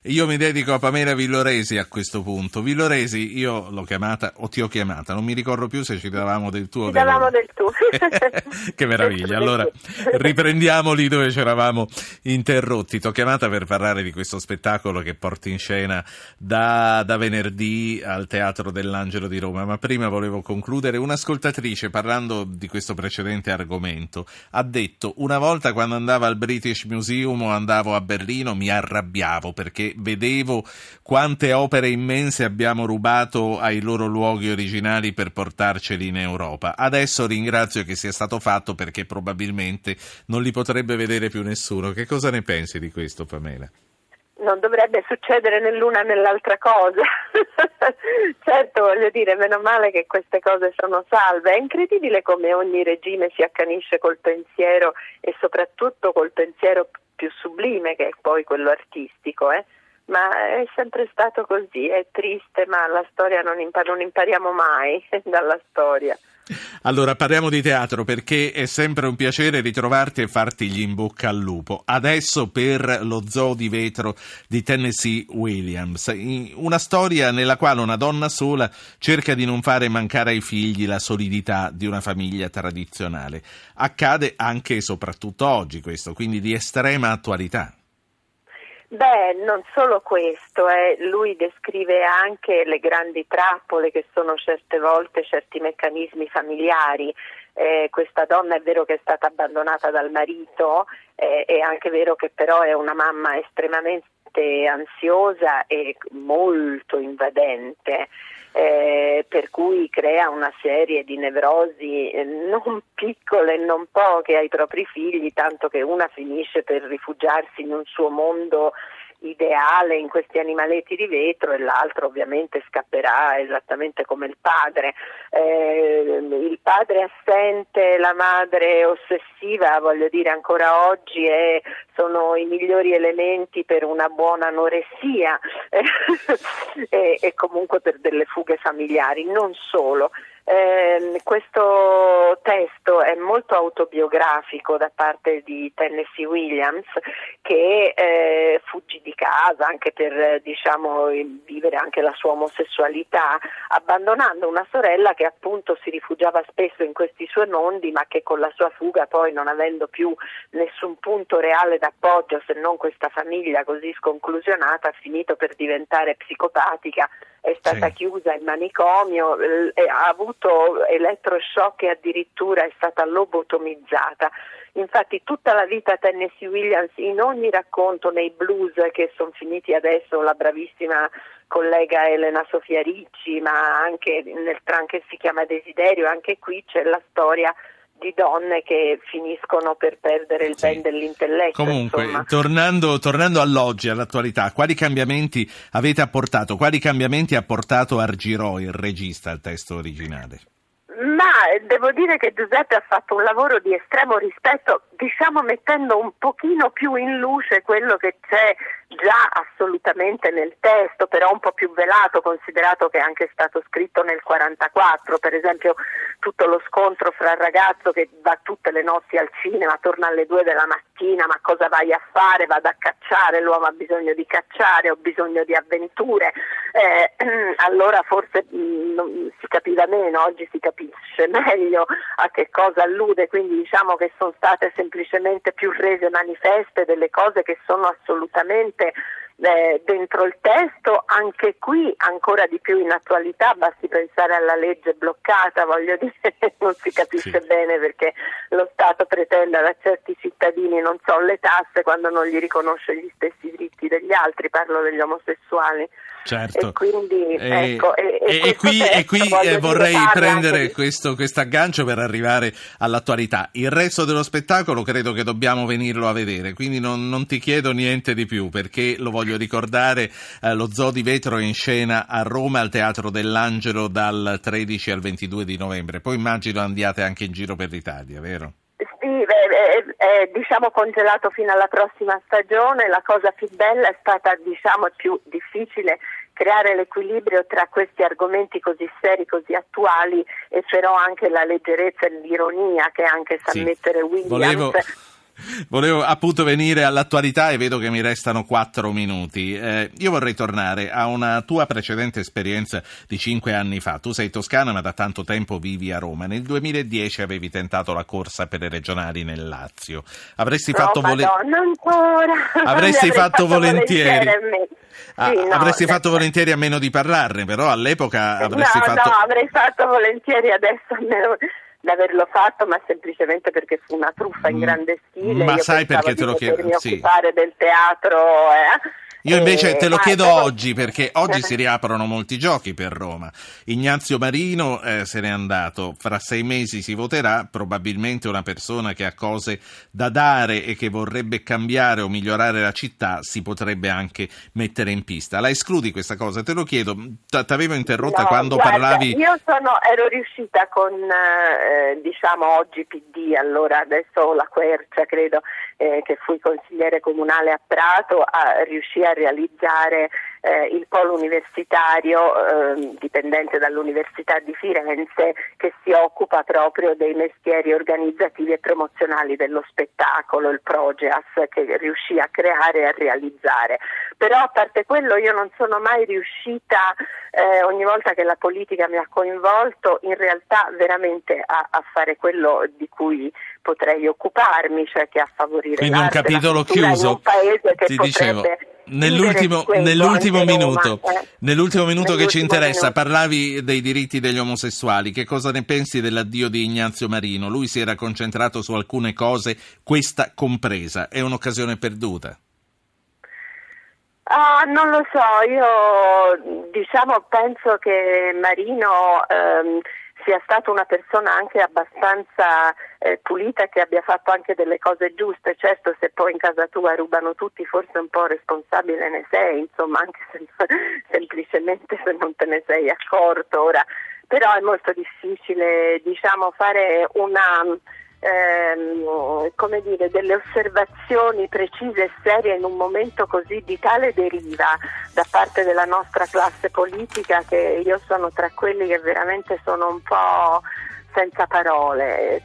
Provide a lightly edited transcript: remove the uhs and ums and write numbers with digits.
Io mi dedico a Pamela Villoresi a questo punto. Villoresi, io l'ho chiamata o ti ho chiamata, non mi ricordo più se ci davamo del tuo o Ci del davamo loro. del tu. Che meraviglia. Allora, riprendiamo lì dove ci eravamo interrotti. Ti ho chiamata per parlare di questo spettacolo che porti in scena da venerdì al Teatro dell'Angelo di Roma, ma prima volevo concludere. Un'ascoltatrice, parlando di questo precedente argomento, ha detto: una volta quando andavo al British Museum o andavo a Berlino mi arrabbiavo perché vedevo quante opere immense abbiamo rubato ai loro luoghi originali per portarceli in Europa. Adesso ringrazio che sia stato fatto perché probabilmente non li potrebbe vedere più nessuno. Che cosa ne pensi di questo, Pamela? Non dovrebbe succedere né l'una né l'altra cosa. Certo, voglio dire, meno male che queste cose sono salve. È incredibile come ogni regime si accanisce col pensiero e soprattutto col pensiero più sublime, che è poi quello artistico, Ma è sempre stato così, è triste, ma la storia non impariamo mai dalla storia. Allora, parliamo di teatro perché è sempre un piacere ritrovarti e farti gli in bocca al lupo. Adesso per Lo zoo di vetro di Tennessee Williams, una storia nella quale una donna sola cerca di non fare mancare ai figli la solidità di una famiglia tradizionale. Accade anche e soprattutto oggi questo, quindi di estrema attualità. Non solo questo, lui descrive anche le grandi trappole che sono certe volte certi meccanismi familiari. Questa donna è vero che è stata abbandonata dal marito, è anche vero che però è una mamma estremamente ansiosa e molto invadente. Per cui crea una serie di nevrosi non piccole e non poche ai propri figli, tanto che una finisce per rifugiarsi in un suo mondo ideale in questi animaletti di vetro e l'altro ovviamente scapperà esattamente come il padre. Il padre assente, la madre ossessiva, voglio dire, ancora oggi sono i migliori elementi per una buona anoressia e comunque per delle fughe familiari, non solo. Questo testo è molto autobiografico da parte di Tennessee Williams, che fuggì di casa anche per vivere anche la sua omosessualità, abbandonando una sorella che appunto si rifugiava spesso in questi suoi mondi, ma che con la sua fuga poi, non avendo più nessun punto reale d'appoggio se non questa famiglia così sconclusionata, ha finito per diventare psicopatica. È stata chiusa in manicomio, ha avuto elettroshock e addirittura è stata lobotomizzata. Infatti tutta la vita Tennessee Williams, in ogni racconto, nei blues che sono finiti adesso, la bravissima collega Elena Sofia Ricci, ma anche nel tran che si chiama Desiderio, anche qui c'è la storia di donne che finiscono per perdere il ben dell'intelletto. Comunque, tornando all'oggi, all'attualità, quali cambiamenti avete apportato? Quali cambiamenti ha portato Argirò, il regista, al testo originale? Ma devo dire che Giuseppe ha fatto un lavoro di estremo rispetto, mettendo un pochino più in luce quello che c'è già assolutamente nel testo, però un po' più velato, considerato che è anche stato scritto nel 1944, per esempio tutto lo scontro fra il ragazzo che va tutte le notti al cinema, torna alle 2 della mattina, ma cosa vai a fare? Vado a cacciare, l'uomo ha bisogno di cacciare, ho bisogno di avventure, allora forse si capiva meno, oggi si capisce meglio a che cosa allude, quindi diciamo che sono state semplicemente più rese manifeste delle cose che sono assolutamente dentro il testo, anche qui ancora di più in attualità, basti pensare alla legge bloccata, voglio dire, non si capisce bene perché lo Stato pretenda da certi cittadini, non so, le tasse quando non gli riconosce gli stessi diritti degli altri, parlo degli omosessuali. Certo. E quindi qui vorrei prendere questo aggancio per arrivare all'attualità. Il resto dello spettacolo credo che dobbiamo venirlo a vedere, quindi non ti chiedo niente di più, perché lo voglio ricordare, Lo zoo di vetro è in scena a Roma al Teatro dell'Angelo dal 13 al 22 di novembre. Poi immagino andiate anche in giro per l'Italia, vero? Sì, è congelato fino alla prossima stagione. La cosa più bella è stata più difficile creare l'equilibrio tra questi argomenti così seri, così attuali, e però anche la leggerezza e l'ironia che anche sa mettere Williams. Volevo appunto venire all'attualità e vedo che mi restano 4 minuti. Io vorrei tornare a una tua precedente esperienza di 5 anni fa. Tu sei toscana ma da tanto tempo vivi a Roma. Nel 2010 avevi tentato la corsa per le regionali nel Lazio. Avresti fatto volentieri. Avresti fatto volentieri a meno di parlarne, però all'epoca avresti fatto... No, avrei fatto volentieri adesso almeno d'averlo fatto, ma semplicemente perché fu una truffa in grande stile. Ma io sai perché te lo chiedo? Occupare del teatro. Io invece te lo chiedo oggi, perché oggi si riaprono molti giochi per Roma. Ignazio Marino se n'è andato, fra 6 mesi si voterà, probabilmente una persona che ha cose da dare e che vorrebbe cambiare o migliorare la città si potrebbe anche mettere in pista. La escludi questa cosa? Te lo chiedo, t'avevo interrotta quando parlavi... Io ero riuscita con, oggi PD, allora adesso la Quercia credo, che fui consigliere comunale a Prato, riuscì a realizzare il polo universitario dipendente dall'Università di Firenze, che si occupa proprio dei mestieri organizzativi e promozionali dello spettacolo, il Progeas, che riuscì a creare e a realizzare. Però a parte quello io non sono mai riuscita, ogni volta che la politica mi ha coinvolto, in realtà veramente a fare quello di cui potrei occuparmi, cioè che a favorire quindi l'arte, un capitolo la cultura chiuso, in un paese che ti dicevo. Nell'ultimo minuto che ci interessa, parlavi dei diritti degli omosessuali. Che cosa ne pensi dell'addio di Ignazio Marino? Lui si era concentrato su alcune cose, questa compresa. È un'occasione perduta? Non lo so, io penso che Marino sia stata una persona anche abbastanza pulita, che abbia fatto anche delle cose giuste. Certo, se poi in casa tua rubano tutti, forse un po' responsabile ne sei, insomma, anche se semplicemente se non te ne sei accorto ora. Però è molto difficile, fare delle osservazioni precise e serie in un momento così di tale deriva da parte della nostra classe politica, che io sono tra quelli che veramente sono un po' senza parole.